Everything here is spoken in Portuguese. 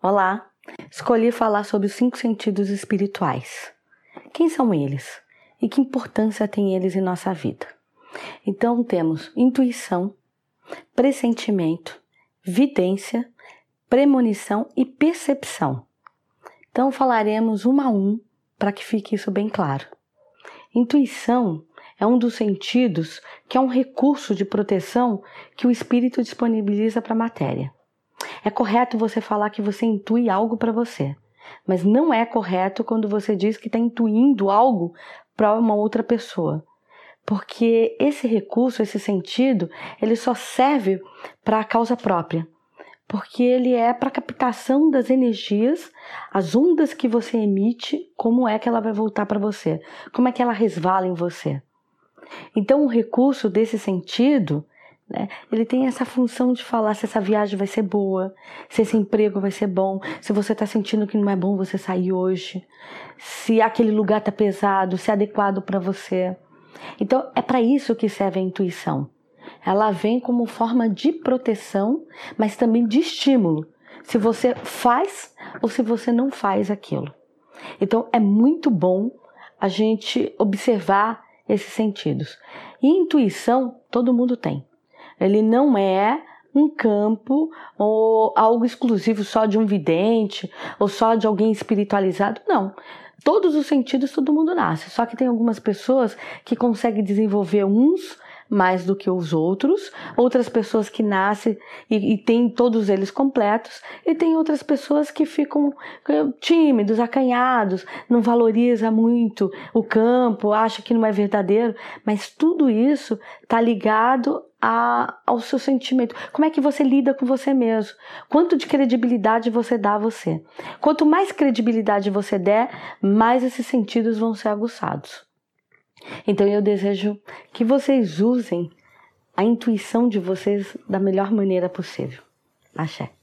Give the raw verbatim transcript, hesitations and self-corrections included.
Olá! Escolhi falar sobre os cinco sentidos espirituais. Quem são eles? E que importância têm eles em nossa vida? Então temos intuição, pressentimento, vidência, premonição e percepção. Então falaremos um a um para que fique isso bem claro. Intuição é um dos sentidos que é um recurso de proteção que o espírito disponibiliza para a matéria. É correto você falar que você intui algo para você, mas não é correto quando você diz que está intuindo algo para uma outra pessoa. Porque esse recurso, esse sentido, ele só serve para a causa própria. Porque ele é para a captação das energias, as ondas que você emite, como é que ela vai voltar para você, como é que ela resvala em você. Então o recurso desse sentido, né, ele tem essa função de falar se essa viagem vai ser boa, se esse emprego vai ser bom, se você está sentindo que não é bom você sair hoje, se aquele lugar está pesado, se é adequado para você. Então é para isso que serve a intuição. Ela vem como forma de proteção, mas também de estímulo, se você faz ou se você não faz aquilo. Então é muito bom a gente observar esses sentidos. E intuição todo mundo tem. Ele não é um campo ou algo exclusivo só de um vidente ou só de alguém espiritualizado, não. Todos os sentidos todo mundo nasce, só que tem algumas pessoas que conseguem desenvolver uns mais do que os outros, outras pessoas que nascem e, e têm todos eles completos, e tem outras pessoas que ficam tímidos, acanhados, não valoriza muito o campo, acha que não é verdadeiro, mas tudo isso está ligado a, ao seu sentimento. Como é que você lida com você mesmo? Quanto de credibilidade você dá a você? Quanto mais credibilidade você der, mais esses sentidos vão ser aguçados. Então eu desejo que vocês usem a intuição de vocês da melhor maneira possível. Axé.